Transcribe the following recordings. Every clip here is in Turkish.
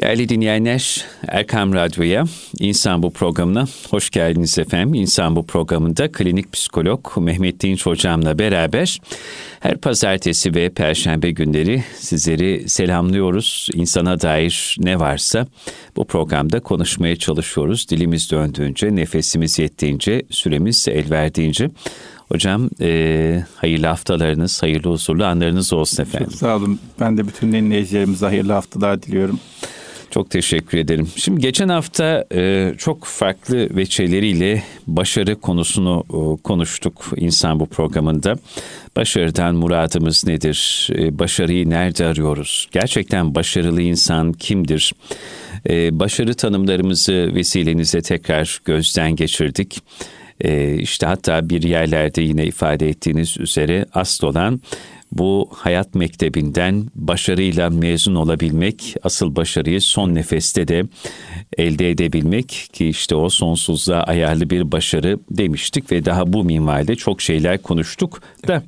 Değerli dinleyenler, Erkam Radyo'ya, İnsan Bu programına hoş geldiniz efendim. İnsan Bu programında klinik psikolog Mehmet Dinç hocamla beraber her pazartesi ve perşembe günleri sizleri selamlıyoruz. İnsana dair ne varsa bu programda konuşmaya çalışıyoruz. Dilimiz döndüğünce, nefesimiz yettiğince, süremiz el verdiğince. Hocam hayırlı haftalarınız, hayırlı huzurlu anlarınız olsun efendim. Çok sağ olun. Ben de bütün dinleyicilerimize hayırlı haftalar diliyorum. Çok teşekkür ederim. Şimdi geçen hafta çok farklı veçeleriyle başarı konusunu konuştuk İnsan Bu programında. Başarıdan muradımız nedir? Başarıyı nerede arıyoruz? Gerçekten başarılı insan kimdir? Başarı tanımlarımızı vesilenizle tekrar gözden geçirdik. İşte hatta bir yerlerde yine ifade ettiğiniz üzere asıl olan bu hayat mektebinden başarıyla mezun olabilmek, asıl başarıyı son nefeste de elde edebilmek ki işte o sonsuzluğa ayarlı bir başarı demiştik ve daha bu minvalde çok şeyler konuştuk da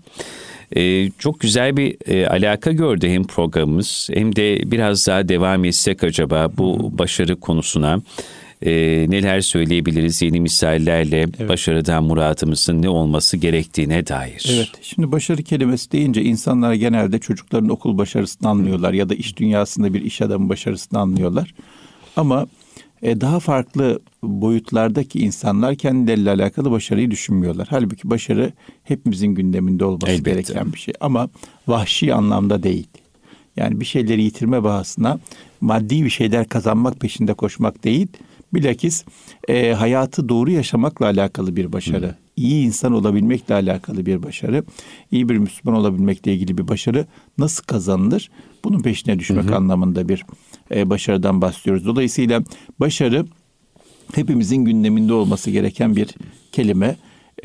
çok güzel bir alaka gördü hem programımız hem de biraz daha devam etsek acaba bu başarı konusuna. Neler söyleyebiliriz yeni misallerle, evet. Başarıdan muradımızın ne olması gerektiğine dair. Evet, şimdi başarı kelimesi deyince insanlar genelde çocukların okul başarısını anlıyorlar ya da iş dünyasında bir iş adamı başarısını anlıyorlar. Ama daha farklı boyutlardaki insanlar kendileriyle alakalı başarıyı düşünmüyorlar. Halbuki başarı hepimizin gündeminde olması Elbette. Gereken bir şey ama vahşi anlamda değil. Yani bir şeyleri yitirme bahasına maddi bir şeyler kazanmak peşinde koşmak değil, bilakis hayatı doğru yaşamakla alakalı bir başarı. İyi insan olabilmekle alakalı bir başarı. İyi bir Müslüman olabilmekle ilgili bir başarı nasıl kazanılır? Bunun peşine düşmek anlamında bir başarıdan bahsediyoruz. Dolayısıyla başarı hepimizin gündeminde olması gereken bir kelime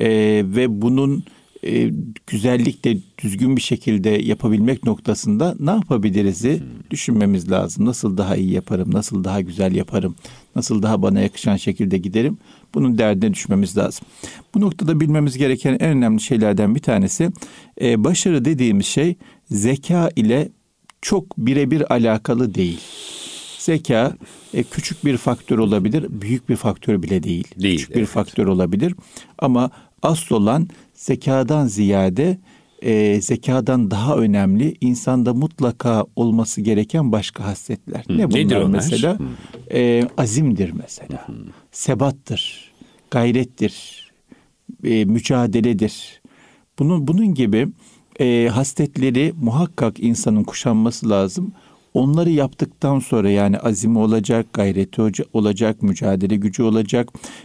ve bunun güzellikle düzgün bir şekilde yapabilmek noktasında ne yapabiliriz'i düşünmemiz lazım. Nasıl daha iyi yaparım, nasıl daha güzel yaparım, nasıl daha bana yakışan şekilde giderim. Bunun derdine düşmemiz lazım. Bu noktada bilmemiz gereken en önemli şeylerden bir tanesi başarı dediğimiz şey zeka ile çok birebir alakalı değil. Zeka küçük bir faktör olabilir, büyük bir faktör bile değil. Küçük bir faktör olabilir ama asıl olan zekadan ziyade zekadan daha önemli insanda mutlaka olması gereken başka hasletler. Ne bunlar mesela? Azimdir mesela. Sebattır, gayrettir, mücadeledir. Bunun gibi hasletleri muhakkak insanın kuşanması lazım. Onları yaptıktan sonra yani azimi olacak, gayreti olacak, mücadele gücü olacak,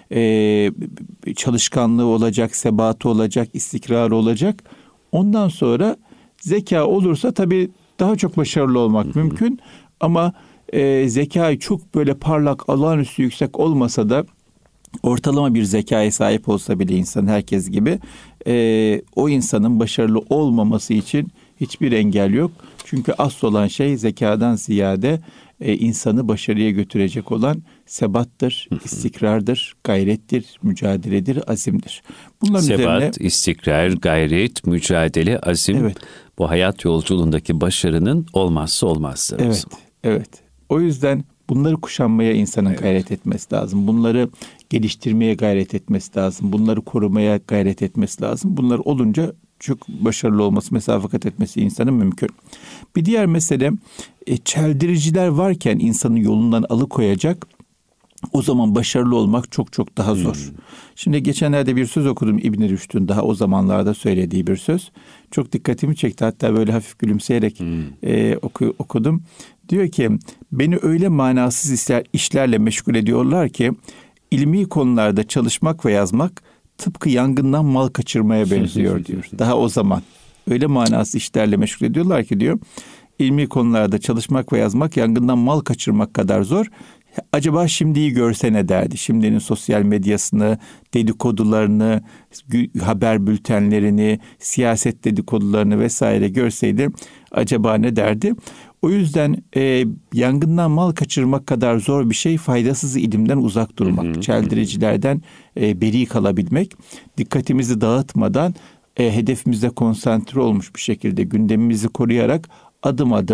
çalışkanlığı olacak, sebatı olacak, istikrarı olacak. Ondan sonra zeka olursa tabii daha çok başarılı olmak mümkün. Ama zeka çok böyle parlak, olağanüstü yüksek olmasa da ortalama bir zekaya sahip olsa bile insan herkes gibi o insanın başarılı olmaması için hiçbir engel yok. Çünkü asıl olan şey zekadan ziyade insanı başarıya götürecek olan sebattır, istikrardır, gayrettir, mücadeledir, azimdir. Bunların Sebat, istikrar, gayret, mücadele, azim. Evet. Bu hayat yolculuğundaki başarının olmazsa olmazları. Evet. O yüzden bunları kuşanmaya insanın gayret etmesi lazım. Bunları geliştirmeye gayret etmesi lazım. Bunları korumaya gayret etmesi lazım. Bunlar olunca çok başarılı olması, mesafe kat etmesi insanın mümkün. Bir diğer mesele çeldiriciler varken insanın yolundan alıkoyacak, o zaman başarılı olmak çok çok daha zor. Şimdi geçenlerde bir söz okudum İbn Rüşd'ün daha o zamanlarda söylediği bir söz. Çok dikkatimi çekti, hatta böyle hafif gülümseyerek okudum. Diyor ki beni öyle manasız işlerle meşgul ediyorlar ki ilmi konularda çalışmak ve yazmak tıpkı yangından mal kaçırmaya benziyor diyor. Daha o zaman öyle manasız işlerle meşgul ediyorlar ki diyor ilmi konularda çalışmak ve yazmak yangından mal kaçırmak kadar zor. Acaba şimdiyi görse ne derdi? Şimdinin sosyal medyasını, dedikodularını, haber bültenlerini, siyaset dedikodularını vesaire görseydi acaba ne derdi? O yüzden yangından mal kaçırmak kadar zor bir şey faydasız ilimden uzak durmak, çeldiricilerden beri kalabilmek, dikkatimizi dağıtmadan hedefimize konsantre olmuş bir şekilde gündemimizi koruyarak adım adım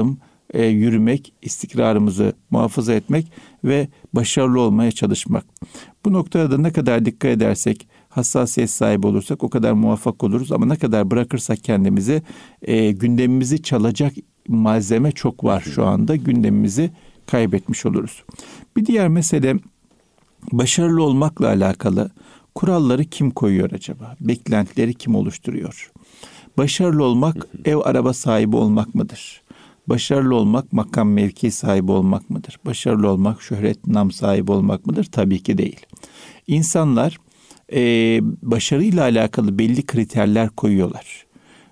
yürümek, istikrarımızı muhafaza etmek ve başarılı olmaya çalışmak. Bu noktada da ne kadar dikkat edersek, hassasiyet sahibi olursak o kadar muvaffak oluruz. Ama ne kadar bırakırsak kendimizi, gündemimizi çalacak malzeme çok var şu anda. Gündemimizi kaybetmiş oluruz. Bir diğer mesele, başarılı olmakla alakalı kuralları kim koyuyor acaba? Beklentileri kim oluşturuyor? Başarılı olmak ev araba sahibi olmak mıdır? Başarılı olmak makam mevki sahibi olmak mıdır? Başarılı olmak şöhret nam sahibi olmak mıdır? Tabii ki değil. İnsanlar başarıyla alakalı belli kriterler koyuyorlar.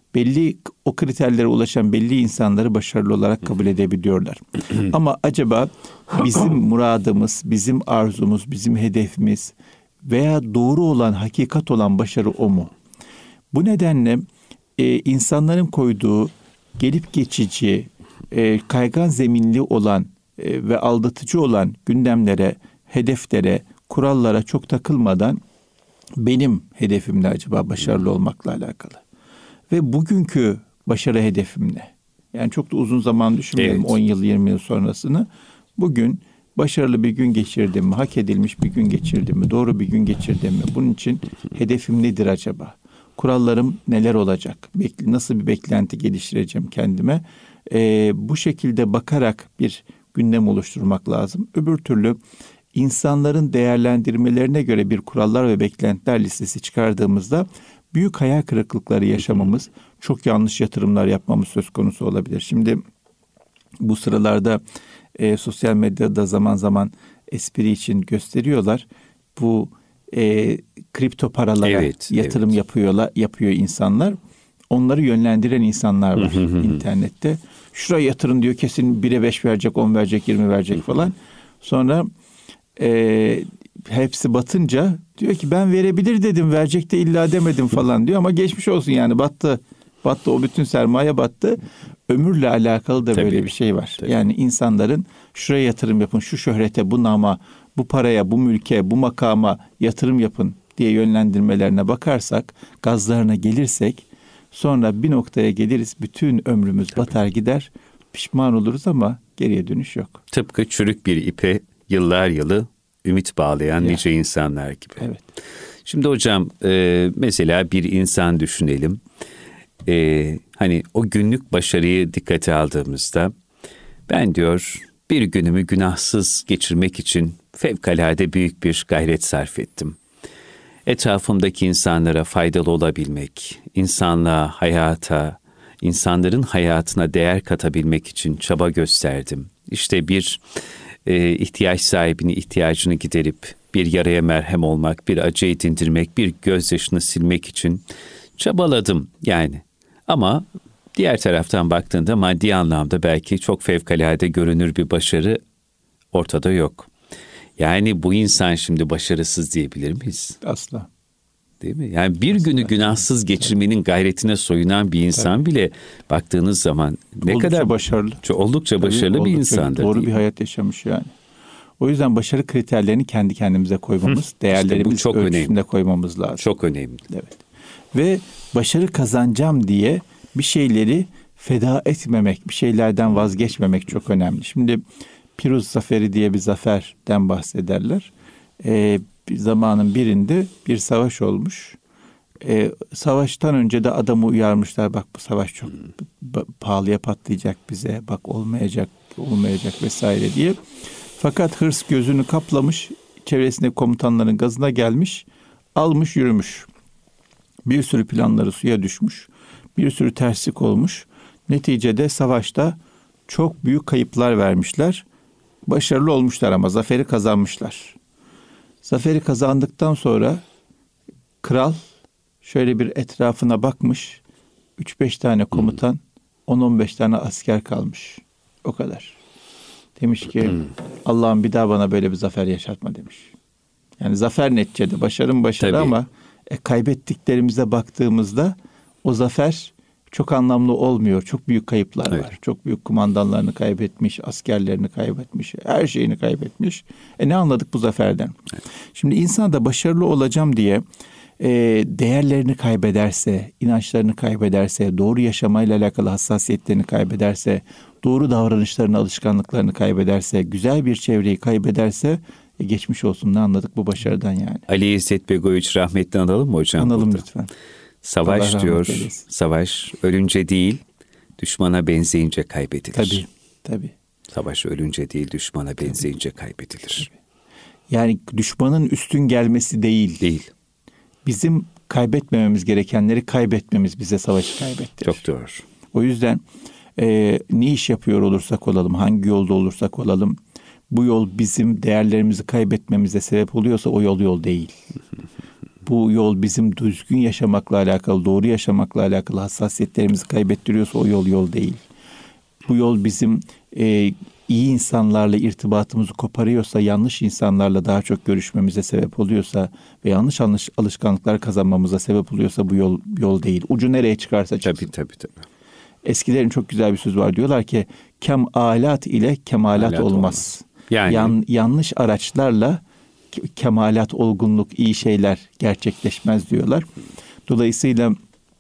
O kriterlere ulaşan belli insanları başarılı olarak kabul edebiliyorlar. Ama acaba bizim muradımız, bizim arzumuz, bizim hedefimiz veya doğru olan, hakikat olan başarı o mu? Bu nedenle insanların koyduğu gelip geçici, kaygan zeminli olan ve aldatıcı olan gündemlere, hedeflere, kurallara çok takılmadan benim hedefim ne acaba başarılı olmakla alakalı? Ve bugünkü başarı hedefim ne? Yani çok da uzun zaman düşünmeyelim, evet. 10 yıl, 20 yıl sonrasını. Bugün başarılı bir gün geçirdim mi? Hak edilmiş bir gün geçirdim mi? Doğru bir gün geçirdim mi? Bunun için hedefim nedir acaba? Kurallarım neler olacak? Nasıl bir beklenti geliştireceğim kendime? Bu şekilde bakarak bir gündem oluşturmak lazım. Öbür türlü insanların değerlendirmelerine göre bir kurallar ve beklentiler listesi çıkardığımızda büyük hayal kırıklıkları yaşamamız, çok yanlış yatırımlar yapmamız söz konusu olabilir. Şimdi bu sıralarda sosyal medyada zaman zaman espri için gösteriyorlar. Bu kripto paralara yatırım yapıyor insanlar. Onları yönlendiren insanlar var internette. Şuraya yatırın diyor, kesin 1'e 5 verecek, 10 verecek, 20 verecek falan. Sonra hepsi batınca diyor ki ben verebilir dedim, verecek de illa demedim falan diyor. Ama geçmiş olsun yani, battı. O bütün sermaye battı. Ömürle alakalı da böyle bir şey var. Tabii. Yani insanların şuraya yatırım yapın, şu şöhrete, bu nama, bu paraya, bu mülke, bu makama yatırım yapın diye yönlendirmelerine bakarsak, gazlarına gelirsek sonra bir noktaya geliriz, bütün ömrümüz batar gider, pişman oluruz ama geriye dönüş yok. Tıpkı çürük bir ipe yıllar yılı ümit bağlayan nice insanlar gibi. Evet. Şimdi hocam mesela bir insan düşünelim. Hani o günlük başarıyı dikkate aldığımızda ben diyor bir günümü günahsız geçirmek için fevkalade büyük bir gayret sarf ettim. Etrafımdaki insanlara faydalı olabilmek, insanlığa, hayata, insanların hayatına değer katabilmek için çaba gösterdim. İşte bir ihtiyaç sahibinin ihtiyacını giderip bir yaraya merhem olmak, bir acıyı dindirmek, bir gözyaşını silmek için çabaladım yani. Ama diğer taraftan baktığında maddi anlamda belki çok fevkalade görünür bir başarı ortada yok. Yani bu insan şimdi başarısız diyebilir miyiz? Asla. Değil mi? Yani bir günü günahsız geçirmenin gayretine soyunan bir insan bile baktığınız zaman ne oldukça kadar başarılı. Oldukça başarılı bir insandır. Doğru bir hayat yaşamış yani. O yüzden başarı kriterlerini kendi kendimize koymamız, değerlerimiz işte ölçüsünde koymamız lazım. Çok önemli. Evet. Ve başarı kazanacağım diye bir şeyleri feda etmemek, bir şeylerden vazgeçmemek çok önemli. Şimdi Piruz Zaferi diye bir zaferden bahsederler. Bir zamanın birinde bir savaş olmuş. Savaştan önce de adamı uyarmışlar. Bak bu savaş çok pahalıya patlayacak bize. Bak olmayacak vesaire diye. Fakat hırs gözünü kaplamış. Çevresinde komutanların gazına gelmiş. Almış yürümüş. Bir sürü planları suya düşmüş. Bir sürü terslik olmuş. Neticede savaşta çok büyük kayıplar vermişler. Başarılı olmuşlar ama zaferi kazanmışlar. Zaferi kazandıktan sonra kral şöyle bir etrafına bakmış. 3-5 tane komutan, 10-15 tane asker kalmış. O kadar. Demiş ki Allah'ım bir daha bana böyle bir zafer yaşatma demiş. Yani zafer neticede, başarı başarı ama kaybettiklerimize baktığımızda o zafer çok anlamlı olmuyor. Çok büyük kayıplar var. Çok büyük kumandanlarını kaybetmiş, askerlerini kaybetmiş, her şeyini kaybetmiş. Ne anladık bu zaferden? Şimdi insan da başarılı olacağım diye değerlerini kaybederse, inançlarını kaybederse, doğru yaşamayla alakalı hassasiyetlerini kaybederse, doğru davranışlarını, alışkanlıklarını kaybederse, güzel bir çevreyi kaybederse geçmiş olsun, ne anladık bu başarıdan yani. Ali İzzet Begoviç rahmetli analım mı hocam? Analım burada? lütfen. Savaş Allah diyor, rahmet eylesin. savaş ölünce değil, düşmana benzeyince kaybedilir. Tabii. Savaş ölünce değil, düşmana benzeyince kaybedilir. Tabii. Yani düşmanın üstün gelmesi değil. Değil. Bizim kaybetmememiz gerekenleri kaybetmemiz bize savaşı kaybettirir. Çok doğru. O yüzden ne iş yapıyor olursak olalım, hangi yolda olursak olalım, bu yol bizim değerlerimizi kaybetmemize sebep oluyorsa o yol değil. Bu yol bizim düzgün yaşamakla alakalı, doğru yaşamakla alakalı hassasiyetlerimizi kaybettiriyorsa o yol değil. Bu yol bizim iyi insanlarla irtibatımızı koparıyorsa, yanlış insanlarla daha çok görüşmemize sebep oluyorsa ve yanlış alışkanlıklar kazanmamıza sebep oluyorsa bu yol değil. Ucu nereye çıkarsa çıksın. Tabii. Eskilerin çok güzel bir sözü var. Diyorlar ki kemalat ile kemalat olmaz. Yani yanlış araçlarla kemalat, olgunluk, iyi şeyler gerçekleşmez diyorlar. Dolayısıyla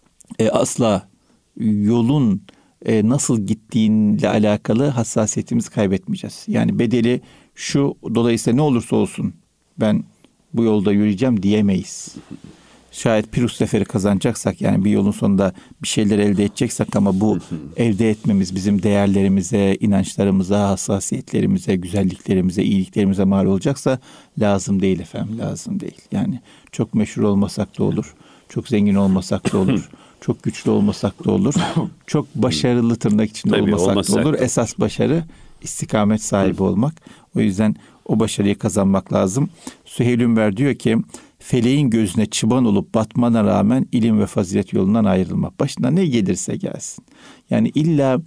asla yolun nasıl gittiğiyle alakalı hassasiyetimizi kaybetmeyeceğiz. Yani bedeli şu, dolayısıyla ne olursa olsun ben bu yolda yürüyeceğim diyemeyiz. Şayet Pirus Zaferi kazanacaksak, yani bir yolun sonunda bir şeyler elde edeceksek ama bu elde etmemiz bizim değerlerimize, inançlarımıza, hassasiyetlerimize, güzelliklerimize, iyiliklerimize mal olacaksa lazım değil efendim, lazım değil. Yani çok meşhur olmasak da olur, çok zengin olmasak da olur, çok güçlü olmasak da olur, çok başarılı tırnak içinde olmasak da olur. Esas başarı istikamet sahibi olmak. O yüzden o başarıyı kazanmak lazım. Süheyl Ünver diyor ki, feleğin gözüne çıban olup batmana rağmen ilim ve fazilet yolundan ayrılmak. Başına ne gelirse gelsin. Yani illa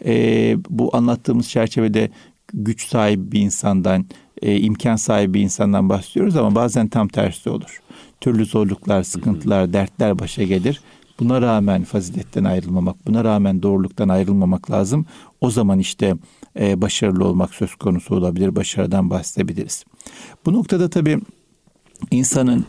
bu anlattığımız çerçevede güç sahibi bir insandan, imkan sahibi bir insandan bahsediyoruz ama bazen tam tersi olur. Türlü zorluklar, sıkıntılar, dertler başa gelir. Buna rağmen faziletten ayrılmamak, buna rağmen doğruluktan ayrılmamak lazım. O zaman işte başarılı olmak söz konusu olabilir, başarıdan bahsedebiliriz. Bu noktada tabii insanın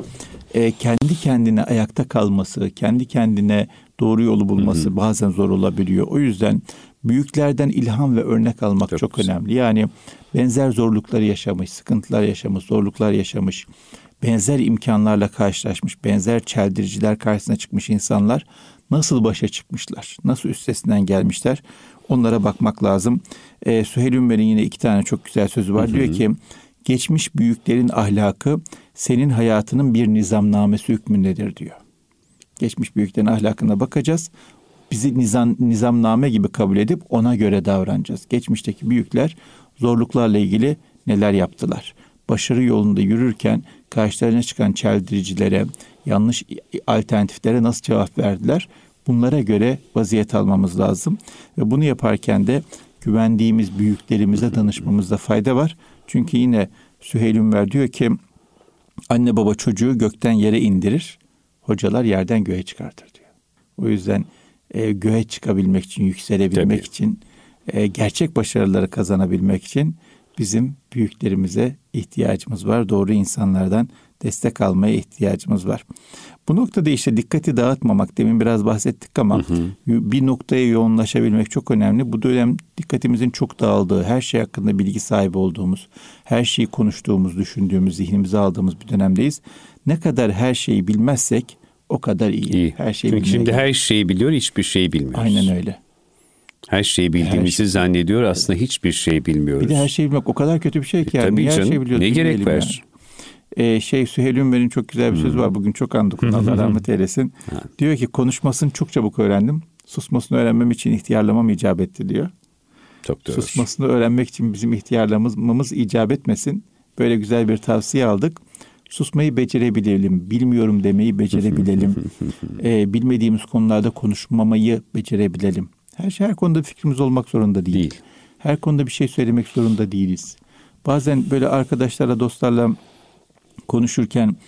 kendi kendine ayakta kalması, kendi kendine doğru yolu bulması bazen zor olabiliyor. O yüzden büyüklerden ilham ve örnek almak çok önemli. Yani benzer zorlukları yaşamış, sıkıntılar yaşamış, zorluklar yaşamış, benzer imkanlarla karşılaşmış, benzer çeldiriciler karşısına çıkmış insanlar nasıl başa çıkmışlar, nasıl üstesinden gelmişler, onlara bakmak lazım. Süheyl Ünver'in yine 2 tane çok güzel sözü var. Diyor ki, geçmiş büyüklerin ahlakı senin hayatının bir nizamnamesi hükmündedir diyor. Geçmiş büyüklerin ahlakına bakacağız. Bizi nizamname gibi kabul edip ona göre davranacağız. Geçmişteki büyükler zorluklarla ilgili neler yaptılar? Başarı yolunda yürürken karşılarına çıkan çeldiricilere, yanlış alternatiflere nasıl cevap verdiler? Bunlara göre vaziyet almamız lazım. Ve bunu yaparken de güvendiğimiz büyüklerimize danışmamızda fayda var. Çünkü yine Süheyl Ünver diyor ki, anne baba çocuğu gökten yere indirir, hocalar yerden göğe çıkartır diyor. O yüzden göğe çıkabilmek için, yükselebilmek için, gerçek başarıları kazanabilmek için bizim büyüklerimize ihtiyacımız var. Doğru insanlardan destek almaya ihtiyacımız var. Bu noktada işte dikkati dağıtmamak, demin biraz bahsettik ama bir noktaya yoğunlaşabilmek çok önemli. Bu dönem dikkatimizin çok dağıldığı, her şey hakkında bilgi sahibi olduğumuz, her şeyi konuştuğumuz, düşündüğümüz, zihnimize aldığımız bir dönemdeyiz. Ne kadar her şeyi bilmezsek o kadar iyi. Her şeyi çünkü şimdi her şeyi biliyor, hiçbir şeyi bilmiyoruz. Aynen öyle. Her şeyi bildiğimizi zannediyor, aslında hiçbir şey bilmiyoruz. Bir de her şeyi bilmek o kadar kötü bir şey ki. Yani. Tabii her canım, şeyi biliyoruz, ne gerek var? Yani. Süheyl Ünver'in çok güzel bir sözü var. Bugün çok andık onu, Allah rahmet eylesin. Diyor ki, konuşmasını çok çabuk öğrendim. Susmasını öğrenmem için ihtiyarlamam icap etti diyor. Çok doğru. Susmasını öğrenmek için bizim ihtiyarlamamız icap etmesin. Böyle güzel bir tavsiye aldık. Susmayı becerebilelim, bilmiyorum demeyi becerebilelim. Bilmediğimiz konularda konuşmamayı becerebilelim. Her konuda fikrimiz olmak zorunda değil. Her konuda bir şey söylemek zorunda değiliz. Bazen böyle arkadaşlarla, dostlarla konuşurken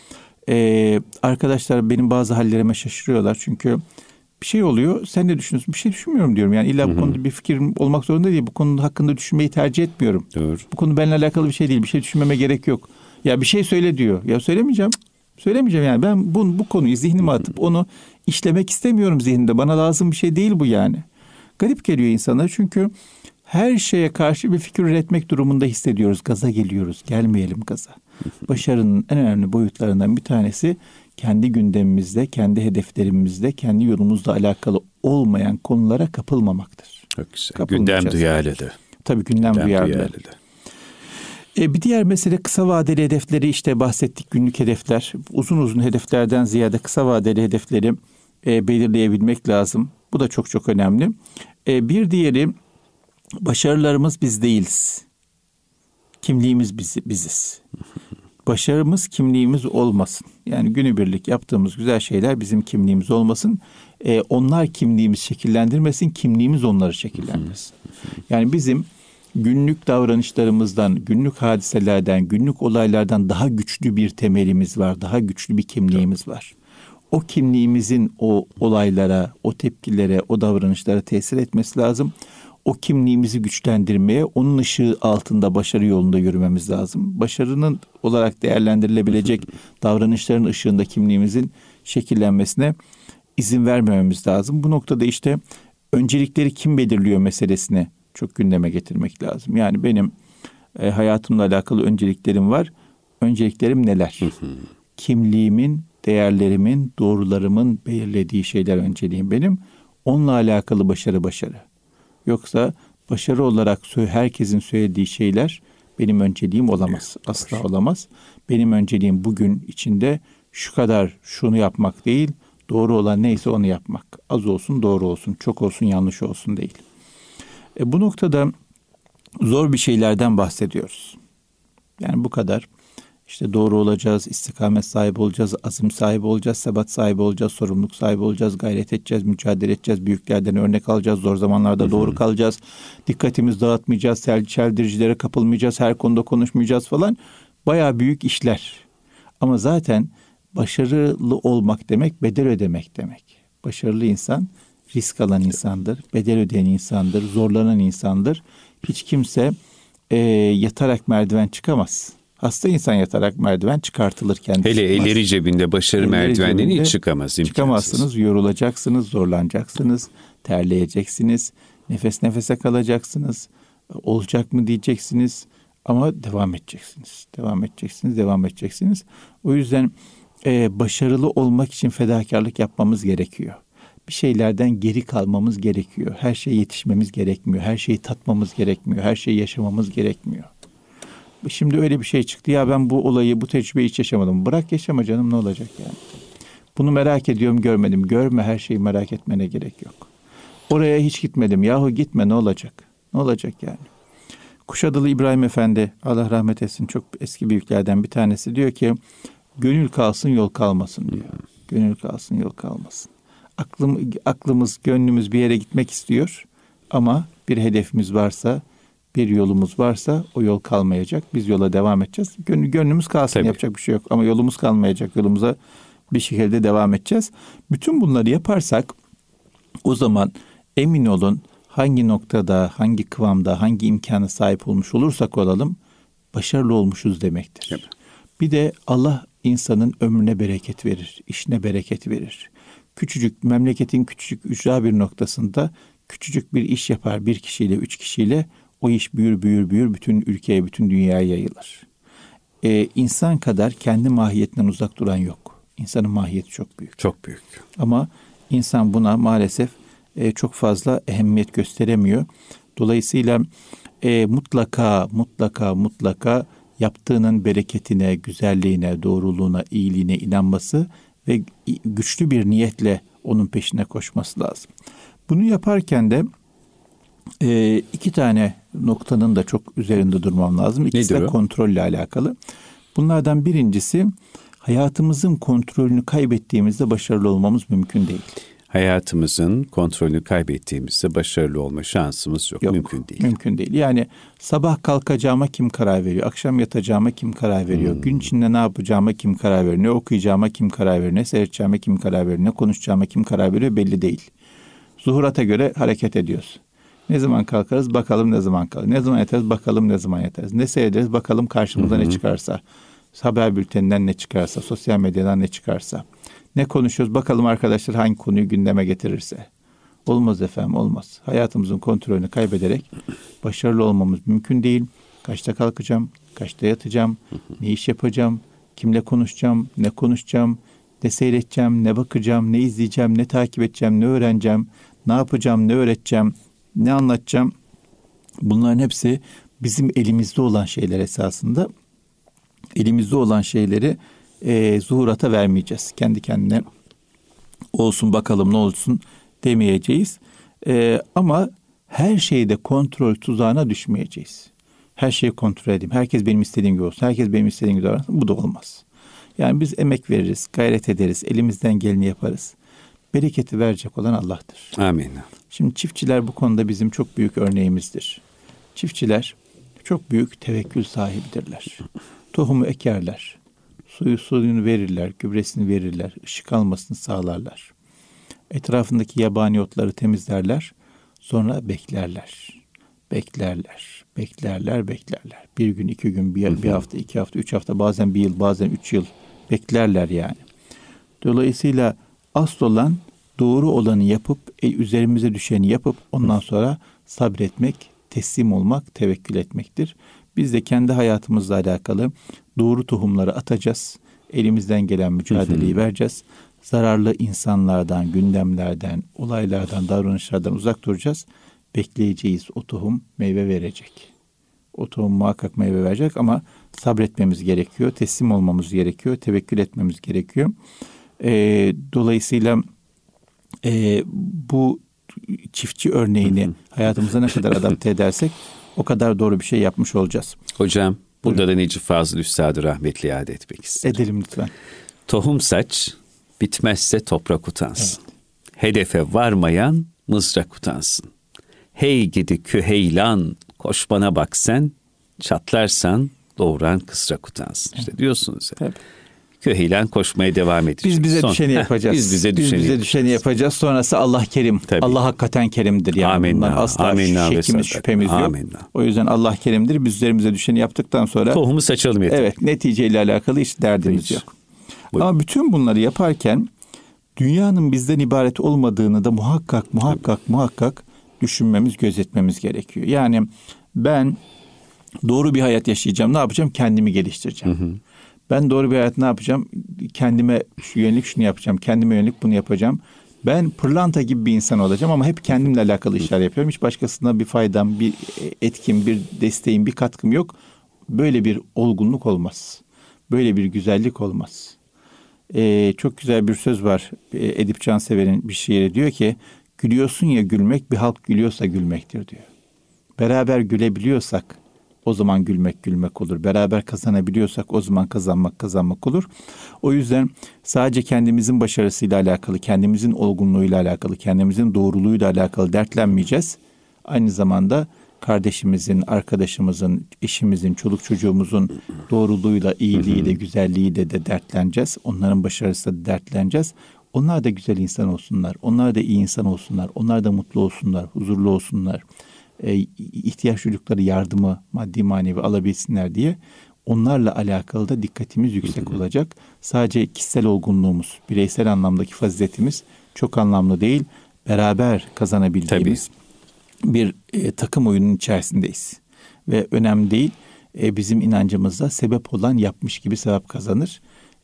arkadaşlar benim bazı hallerime şaşırıyorlar. Çünkü bir şey oluyor, sen ne düşünüyorsun? Bir şey düşünmüyorum diyorum. Yani illa bu konuda bir fikrim olmak zorunda değil. Bu konu hakkında düşünmeyi tercih etmiyorum. Doğru. Bu konu benimle alakalı bir şey değil. Bir şey düşünmeme gerek yok. Ya bir şey söyle diyor. Ya söylemeyeceğim. Söylemeyeceğim yani. Ben bu konuyu zihnime atıp onu işlemek istemiyorum zihnimde. Bana lazım bir şey değil bu yani. Garip geliyor insana çünkü her şeye karşı bir fikir üretmek durumunda hissediyoruz. Gaza geliyoruz. Gelmeyelim gaza. Başarının en önemli boyutlarından bir tanesi kendi gündemimizde, kendi hedeflerimizde, kendi yolumuzla alakalı olmayan konulara kapılmamaktır. Çok güzel. Gündem duyarlılığı. Tabii gündem duyarlılığı. Bir diğer mesele kısa vadeli hedefleri, işte bahsettik, günlük hedefler. Uzun uzun hedeflerden ziyade kısa vadeli hedefleri belirleyebilmek lazım. Bu da çok çok önemli. Bir diğeri, başarılarımız biz değiliz. Kimliğimiz biziz. Başarımız kimliğimiz olmasın. Yani günübirlik yaptığımız güzel şeyler bizim kimliğimiz olmasın. Onlar kimliğimizi şekillendirmesin, kimliğimiz onları şekillendirsin. Yani bizim günlük davranışlarımızdan, günlük hadiselerden, günlük olaylardan daha güçlü bir temelimiz var, daha güçlü bir kimliğimiz var. O kimliğimizin o olaylara, o tepkilere, o davranışlara tesir etmesi lazım. O kimliğimizi güçlendirmeye, onun ışığı altında başarı yolunda yürümemiz lazım. Başarının olarak değerlendirilebilecek davranışların ışığında kimliğimizin şekillenmesine izin vermememiz lazım. Bu noktada işte öncelikleri kim belirliyor meselesini çok gündeme getirmek lazım. Yani benim hayatımla alakalı önceliklerim var. Önceliklerim neler? Kimliğimin, değerlerimin, doğrularımın belirlediği şeyler önceliğim benim. Onunla alakalı başarı. Yoksa başarı olarak herkesin söylediği şeyler benim önceliğim olamaz. Asla olamaz. Benim önceliğim bugün içinde şu kadar şunu yapmak değil, doğru olan neyse onu yapmak. Az olsun, doğru olsun, çok olsun, yanlış olsun değil. Bu noktada zor bir şeylerden bahsediyoruz. Yani bu kadar. İşte doğru olacağız, istikamet sahibi olacağız, azim sahibi olacağız, sebat sahibi olacağız, sorumluluk sahibi olacağız, gayret edeceğiz, mücadele edeceğiz, büyüklerden örnek alacağız, zor zamanlarda doğru kalacağız, dikkatimizi dağıtmayacağız, çeldiricilere kapılmayacağız, her konuda konuşmayacağız falan. Bayağı büyük işler. Ama zaten başarılı olmak demek, bedel ödemek demek. Başarılı insan risk alan insandır, bedel ödeyen insandır, zorlanan insandır. Hiç kimse yatarak merdiven çıkamaz. Hasta insan yatarak merdiven çıkartılır kendisi. Hele elleri cebinde başarı merdivenini hiç çıkamaz. Çıkamazsınız, yorulacaksınız, zorlanacaksınız, terleyeceksiniz, nefes nefese kalacaksınız, olacak mı diyeceksiniz ama devam edeceksiniz. O yüzden başarılı olmak için fedakarlık yapmamız gerekiyor. Bir şeylerden geri kalmamız gerekiyor. Her şeye yetişmemiz gerekmiyor. Her şeyi tatmamız gerekmiyor. Her şeyi yaşamamız gerekmiyor. Şimdi öyle bir şey çıktı. Ya ben bu olayı, bu tecrübeyi hiç yaşamadım. Bırak yaşama canım, ne olacak yani? Bunu merak ediyorum, görmedim. Görme, her şeyi merak etmene gerek yok. Oraya hiç gitmedim. Yahu gitme, ne olacak? Ne olacak yani? Kuşadalı İbrahim Efendi, Allah rahmet etsin, çok eski büyüklerden bir tanesi, diyor ki gönül kalsın yol kalmasın diyor. Gönül kalsın yol kalmasın. Aklımız, gönlümüz bir yere gitmek istiyor ama bir hedefimiz varsa, bir yolumuz varsa o yol kalmayacak. Biz yola devam edeceğiz. Gönlümüz kalsın, tabii, yapacak bir şey yok ama yolumuz kalmayacak. Yolumuza bir şekilde devam edeceğiz. Bütün bunları yaparsak o zaman emin olun, hangi noktada, hangi kıvamda, hangi imkana sahip olmuş olursak olalım başarılı olmuşuz demektir. Evet. Bir de Allah insanın ömrüne bereket verir, işine bereket verir. Memleketin küçücük ücra bir noktasında küçücük bir iş yapar, bir kişiyle, 3 kişiyle, o iş büyür, bütün ülkeye, bütün dünyaya yayılır. İnsan kadar kendi mahiyetinden uzak duran yok. İnsanın mahiyeti çok büyük. Çok büyük. Ama insan buna maalesef çok fazla ehemmiyet gösteremiyor. Dolayısıyla mutlaka yaptığının bereketine, güzelliğine, doğruluğuna, iyiliğine inanması ve güçlü bir niyetle onun peşine koşması lazım. Bunu yaparken de 2 tane noktanın da çok üzerinde durmam lazım. İkisi de kontrolle alakalı. Bunlardan birincisi, hayatımızın kontrolünü kaybettiğimizde başarılı olmamız mümkün değil. Hayatımızın kontrolünü kaybettiğimizde başarılı olma şansımız yok. Mümkün değil. Mümkün değil. Yani sabah kalkacağıma kim karar veriyor? Akşam yatacağıma kim karar veriyor? Gün içinde ne yapacağıma kim karar veriyor? Ne okuyacağıma kim karar veriyor? Ne seyredeceğime kim karar veriyor? Ne konuşacağıma kim karar veriyor? Belli değil. Zuhurata göre hareket ediyoruz. Ne zaman kalkarız bakalım ne zaman kalkarız. Ne zaman yatarız bakalım ne zaman yatarız. Ne seyrederiz bakalım karşımıza ne çıkarsa. Haber bülteninden ne çıkarsa, sosyal medyadan ne çıkarsa. Ne konuşuyoruz bakalım arkadaşlar hangi konuyu gündeme getirirse. Olmaz efendim, olmaz. Hayatımızın kontrolünü kaybederek başarılı olmamız mümkün değil. Kaçta kalkacağım, kaçta yatacağım, ne iş yapacağım, kimle konuşacağım, ne konuşacağım, ne seyredeceğim, ne bakacağım, ne izleyeceğim, ne takip edeceğim, ne öğreneceğim, ne yapacağım, ne öğreteceğim, ne anlatacağım. Bunların hepsi bizim elimizde olan şeyler esasında. Elimizde olan şeyleri zuhurata vermeyeceğiz. Kendi kendine olsun bakalım ne olsun demeyeceğiz. Ama her şeyde kontrol tuzağına düşmeyeceğiz. Her şeyi kontrol edeyim. Herkes benim istediğim gibi olsun. Herkes benim istediğim gibi davransın. Bu da olmaz. Yani biz emek veririz, gayret ederiz, elimizden geleni yaparız. Bereketi verecek olan Allah'tır. Amin. Şimdi çiftçiler bu konuda bizim çok büyük örneğimizdir. Çiftçiler çok büyük tevekkül sahibidirler. Tohumu ekerler, suyunu verirler, gübresini verirler, ışık almasını sağlarlar. Etrafındaki yabani otları temizlerler, sonra beklerler. Beklerler. Bir gün, 2 gün, bir hafta, 2 hafta, 3 hafta, bazen 1 yıl, bazen 3 yıl beklerler yani. Dolayısıyla asıl olan doğru olanı yapıp, üzerimize düşeni yapıp ondan sonra sabretmek, teslim olmak, tevekkül etmektir. Biz de kendi hayatımızla alakalı doğru tohumları atacağız. Elimizden gelen mücadeleyi vereceğiz. Zararlı insanlardan, gündemlerden, olaylardan, davranışlardan uzak duracağız. Bekleyeceğiz. O tohum meyve verecek. O tohum muhakkak meyve verecek ama sabretmemiz gerekiyor. Teslim olmamız gerekiyor. Tevekkül etmemiz gerekiyor. Dolayısıyla bu çiftçi örneğini hayatımıza ne kadar adapte edersek o kadar doğru bir şey yapmış olacağız. Hocam burada da Necip Fazıl Üstad'ı rahmetli iade etmek isterim. Edelim lütfen. Tohum saç, bitmezse toprak utansın. Evet. Hedefe varmayan mızrak utansın. Hey gidi küheylan, koş bana bak sen, çatlarsan doğuran kısrak utansın. Evet. İşte diyorsunuz ya. Evet. Küheylan koşmaya devam edecek. Biz bize düşeni yapacağız. Biz bize düşeni yapacağız. Sonrası Allah kerim. Tabii. Allah hakikaten kerimdir yani. Amenna. Asla şekkimiz, şüphemiz yok. O yüzden Allah kerimdir. Biz üzerimize düşeni yaptıktan sonra tohumu saçalım yeter. Evet, neticeyle alakalı hiç derdimiz yok. Buyurun. Ama bütün bunları yaparken dünyanın bizden ibaret olmadığını da muhakkak düşünmemiz, gözetmemiz gerekiyor. Yani ben doğru bir hayat yaşayacağım. Ne yapacağım? Kendimi geliştireceğim. Ben doğru bir hayat ne yapacağım? Kendime yönelik şunu yapacağım. Kendime yönelik bunu yapacağım. Ben pırlanta gibi bir insan olacağım ama hep kendimle alakalı işler yapıyorum. Hiç başkasına bir faydam, bir etkim, bir desteğim, bir katkım yok. Böyle bir olgunluk olmaz. Böyle bir güzellik olmaz. Çok güzel bir söz var. Edip Cansever'in bir şiiri diyor ki, gülüyorsun ya gülmek, bir halk gülüyorsa gülmektir diyor. Beraber gülebiliyorsak o zaman gülmek olur. Beraber kazanabiliyorsak o zaman kazanmak olur. O yüzden sadece kendimizin başarısıyla alakalı, kendimizin olgunluğuyla alakalı, kendimizin doğruluğuyla alakalı dertlenmeyeceğiz. Aynı zamanda kardeşimizin, arkadaşımızın, eşimizin, çoluk çocuğumuzun doğruluğuyla, iyiliğiyle, güzelliğiyle de dertleneceğiz. Onların başarısıyla da dertleneceğiz. Onlar da güzel insan olsunlar. Onlar da iyi insan olsunlar. Onlar da mutlu olsunlar, huzurlu olsunlar. İhtiyaç duydukları yardımı maddi manevi alabilsinler diye onlarla alakalı da dikkatimiz yüksek olacak. Sadece kişisel olgunluğumuz, bireysel anlamdaki faziletimiz çok anlamlı değil. Beraber kazanabildiğimiz bir takım oyunun içerisindeyiz. Ve önemli değil, bizim inancımızda sebep olan yapmış gibi sevap kazanır.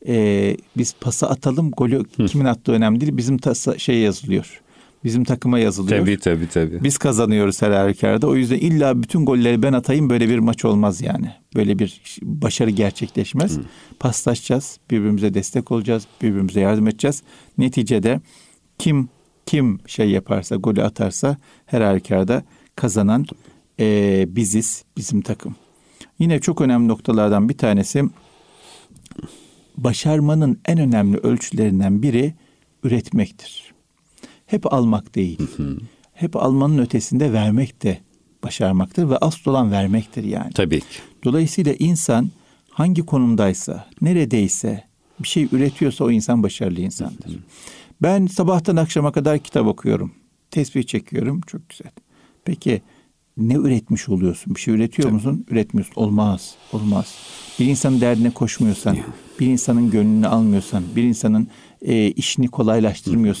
Biz pası atalım, golü kimin attığı önemli değil. Bizim yazılıyor. Bizim takıma yazılıyor. Tabii. Biz kazanıyoruz her halükarda. O yüzden illa bütün golleri ben atayım, böyle bir maç olmaz yani. Böyle bir başarı gerçekleşmez. Paslaşacağız, birbirimize destek olacağız, birbirimize yardım edeceğiz. Neticede kim yaparsa, golü atarsa her halükarda kazanan biziz, bizim takım. Yine çok önemli noktalardan bir tanesi, başarmanın en önemli ölçülerinden biri üretmektir. Hep almak değil. Hep almanın ötesinde vermek de başarmaktır ve asıl olan vermektir yani. Tabii ki. Dolayısıyla insan hangi konumdaysa, neredeyse bir şey üretiyorsa o insan başarılı insandır. Ben sabahtan akşama kadar kitap okuyorum. Tesbih çekiyorum. Çok güzel. Peki ne üretmiş oluyorsun? Bir şey üretiyor musun? Üretmiyorsun. Olmaz. Bir insanın derdine koşmuyorsan, bir insanın gönlünü almıyorsan, bir insanın işini kolaylaştırmıyorsan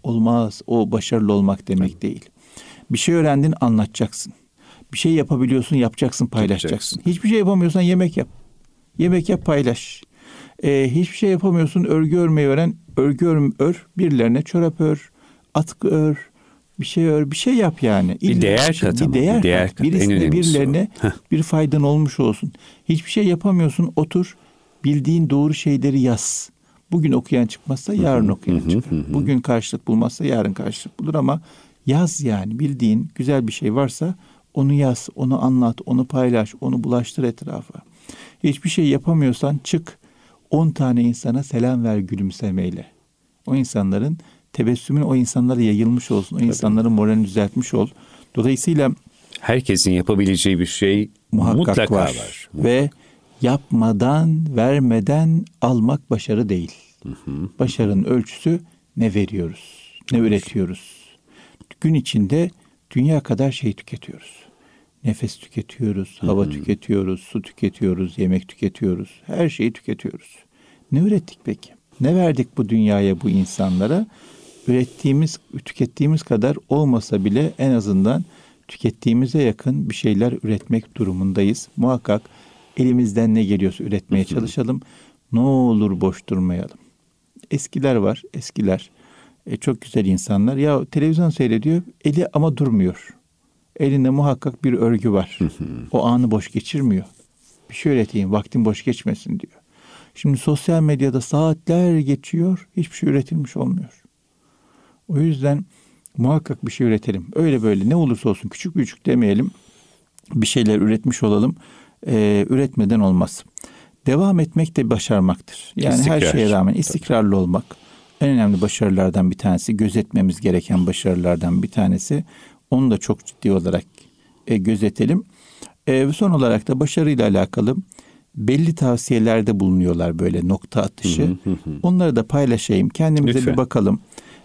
Olmaz. O başarılı olmak demek değil. Bir şey öğrendin, anlatacaksın. Bir şey yapabiliyorsun, yapacaksın, paylaşacaksın. Hiçbir şey yapamıyorsan yemek yap. Yemek yap, paylaş. Hiçbir şey yapamıyorsun, örgü örmeyi öğren. Örgü ör, birilerine çorap ör, atkı ör, bir şey ör, bir şey yap yani. Bir değer kat. Bir değer kat. Birisine, birilerine bir faydan olmuş olsun. Hiçbir şey yapamıyorsun, otur, bildiğin doğru şeyleri yaz. Bugün okuyan çıkmazsa yarın okuyan çıkar. Bugün karşılık bulmazsa yarın karşılık bulur ama yaz yani. Bildiğin güzel bir şey varsa onu yaz, onu anlat, onu paylaş, onu bulaştır etrafa. Hiçbir şey yapamıyorsan çık, 10 tane insana selam ver gülümsemeyle. O insanların tebessümün o insanlara yayılmış olsun. O insanların moralini düzeltmiş ol. Dolayısıyla herkesin yapabileceği bir şey mutlaka var. Ve yapmadan, vermeden almak başarı değil. Başarının ölçüsü ne veriyoruz, ne üretiyoruz. Gün içinde dünya kadar şey tüketiyoruz. Nefes tüketiyoruz, hava tüketiyoruz, su tüketiyoruz, yemek tüketiyoruz. Her şeyi tüketiyoruz. Ne ürettik peki? Ne verdik bu dünyaya, bu insanlara? Ürettiğimiz, tükettiğimiz kadar olmasa bile en azından tükettiğimize yakın bir şeyler üretmek durumundayız. Muhakkak elimizden ne geliyorsa üretmeye çalışalım. Ne olur boş durmayalım. Eskiler var, eskiler. Çok güzel insanlar. Ya televizyon seyrediyor, eli ama durmuyor. Elinde muhakkak bir örgü var. O anı boş geçirmiyor. Bir şey üreteyim, vaktim boş geçmesin diyor. Şimdi sosyal medyada saatler geçiyor, hiçbir şey üretilmiş olmuyor. O yüzden muhakkak bir şey üretelim. Öyle böyle ne olursa olsun, küçük küçük demeyelim. Bir şeyler üretmiş olalım. Üretmeden olmaz. Devam etmek de başarmaktır. Yani her şeye rağmen istikrarlı olmak en önemli başarılardan bir tanesi. Gözetmemiz gereken başarılardan bir tanesi. Onu da çok ciddi olarak gözetelim. Son olarak da başarıyla alakalı belli tavsiyelerde bulunuyorlar, böyle nokta atışı. Onları da paylaşayım. Kendimize lütfen bir bakalım.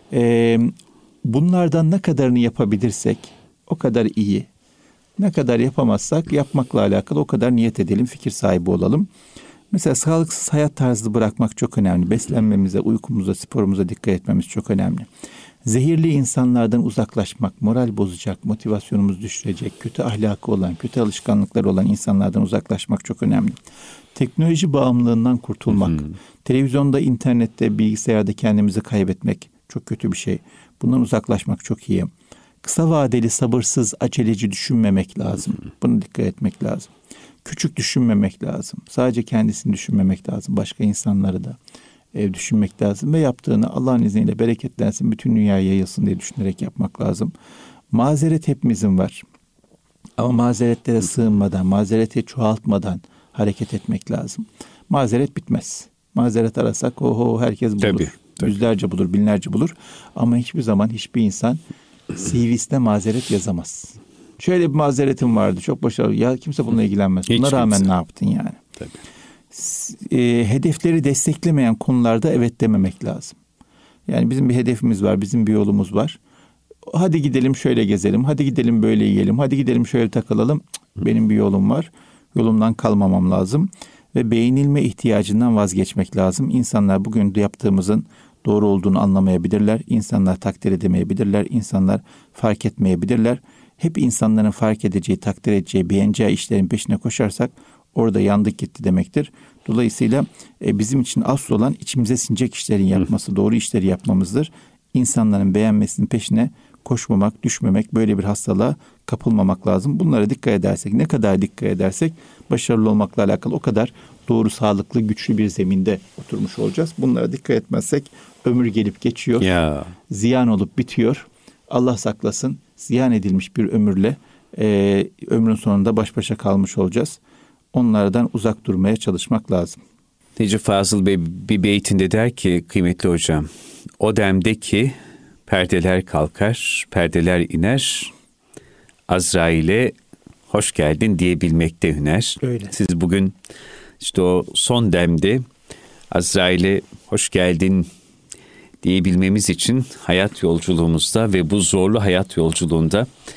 Bunlardan ne kadarını yapabilirsek o kadar iyi. Ne kadar yapamazsak yapmakla alakalı o kadar niyet edelim, fikir sahibi olalım. Mesela sağlıksız hayat tarzı bırakmak çok önemli. Beslenmemize, uykumuza, sporumuza dikkat etmemiz çok önemli. Zehirli insanlardan uzaklaşmak, moral bozacak, motivasyonumuzu düşürecek, kötü ahlakı olan, kötü alışkanlıkları olan insanlardan uzaklaşmak çok önemli. Teknoloji bağımlılığından kurtulmak, televizyonda, internette, bilgisayarda kendimizi kaybetmek çok kötü bir şey. Bundan uzaklaşmak çok iyi. Kısa vadeli, sabırsız, aceleci düşünmemek lazım. Buna dikkat etmek lazım. Küçük düşünmemek lazım. Sadece kendisini düşünmemek lazım. Başka insanları da düşünmek lazım. Ve yaptığını Allah'ın izniyle bereketlensin, bütün dünyaya yayılsın diye düşünerek yapmak lazım. Mazeret hepimizin var. Ama mazeretlere sığınmadan, mazereti çoğaltmadan hareket etmek lazım. Mazeret bitmez. Mazeret arasak herkes bulur. Tabii. Yüzlerce bulur, binlerce bulur. Ama hiçbir zaman hiçbir insan CV'sine mazeret yazamaz. Şöyle bir mazeretim vardı, çok başarılı. Ya kimse bununla ilgilenmez. Buna rağmen ne yaptın yani? Tabii. Hedefleri desteklemeyen konularda evet dememek lazım. Yani bizim bir hedefimiz var, bizim bir yolumuz var. Hadi gidelim şöyle gezelim, hadi gidelim böyle yiyelim, hadi gidelim şöyle takılalım. Benim bir yolum var. Yolumdan kalmamam lazım. Ve beğenilme ihtiyacından vazgeçmek lazım. İnsanlar bugün yaptığımızın doğru olduğunu anlamayabilirler. İnsanlar takdir edemeyebilirler. İnsanlar fark etmeyebilirler. Hep insanların fark edeceği, takdir edeceği, beğeneceği işlerin peşine koşarsak orada yandık gitti demektir. Dolayısıyla bizim için asıl olan içimize sinecek işlerin yapması, doğru işleri yapmamızdır. İnsanların beğenmesinin peşine koşmamak, düşmemek, böyle bir hastalığa kapılmamak lazım. Bunlara dikkat edersek, ne kadar dikkat edersek başarılı olmakla alakalı o kadar doğru, sağlıklı, güçlü bir zeminde oturmuş olacağız. Bunlara dikkat etmezsek ömür gelip geçiyor. Ziyan olup bitiyor. Allah saklasın, ziyan edilmiş bir ömürle ömrün sonunda baş başa kalmış olacağız. Onlardan uzak durmaya çalışmak lazım. Necip Fazıl Bey bir beytinde der ki, kıymetli hocam, o demde ki perdeler kalkar, perdeler iner, Azrail'e hoş geldin diyebilmekte hüner. Öyle. Siz bugün işte o son demde Azrail'e hoş geldin diyebilmemiz için hayat yolculuğumuzda ve bu zorlu hayat yolculuğunda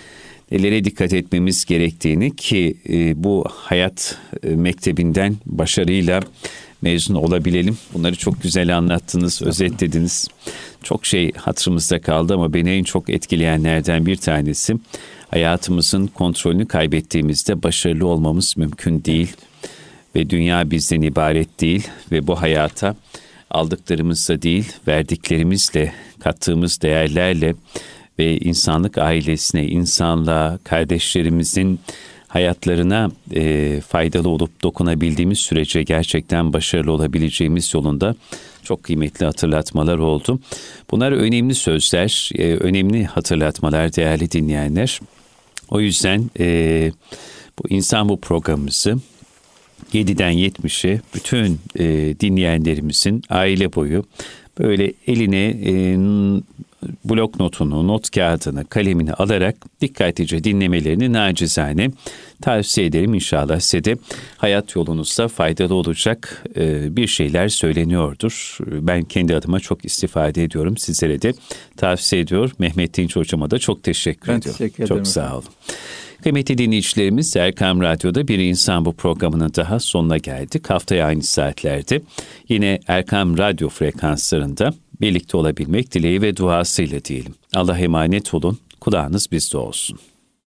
nelere dikkat etmemiz gerektiğini ki bu hayat mektebinden başarıyla mezun olabilelim. Bunları çok güzel anlattınız, özetlediniz. Çok şey hatırımızda kaldı ama beni en çok etkileyenlerden bir tanesi, hayatımızın kontrolünü kaybettiğimizde başarılı olmamız mümkün değil. Ve dünya bizden ibaret değil ve bu hayata aldıklarımızla değil, verdiklerimizle, kattığımız değerlerle ve insanlık ailesine, insanlığa, kardeşlerimizin hayatlarına faydalı olup dokunabildiğimiz sürece gerçekten başarılı olabileceğimiz yolunda çok kıymetli hatırlatmalar oldu. Bunlar önemli sözler, önemli hatırlatmalar değerli dinleyenler. O yüzden bu İnsan Bu programımızı 7'den 70'e bütün dinleyenlerimizin aile boyu böyle eline blok notunu, not kağıdını, kalemini alarak dikkatlice dinlemelerini nacizane tavsiye ederim. İnşallah size de hayat yolunuzda faydalı olacak bir şeyler söyleniyordur. Ben kendi adıma çok istifade ediyorum. Sizlere de tavsiye ediyor. Mehmet Dinç Hocama da çok teşekkür ediyorum. Teşekkür ederim. Çok sağ olun. Kıymetli dinleyicilerimiz, Erkam Radyo'da Bir İnsan Bu programının daha sonuna geldik. Haftaya aynı saatlerde yine Erkam Radyo frekanslarında birlikte olabilmek dileği ve duasıyla diyelim. Allah'a emanet olun, kulağınız bizde olsun.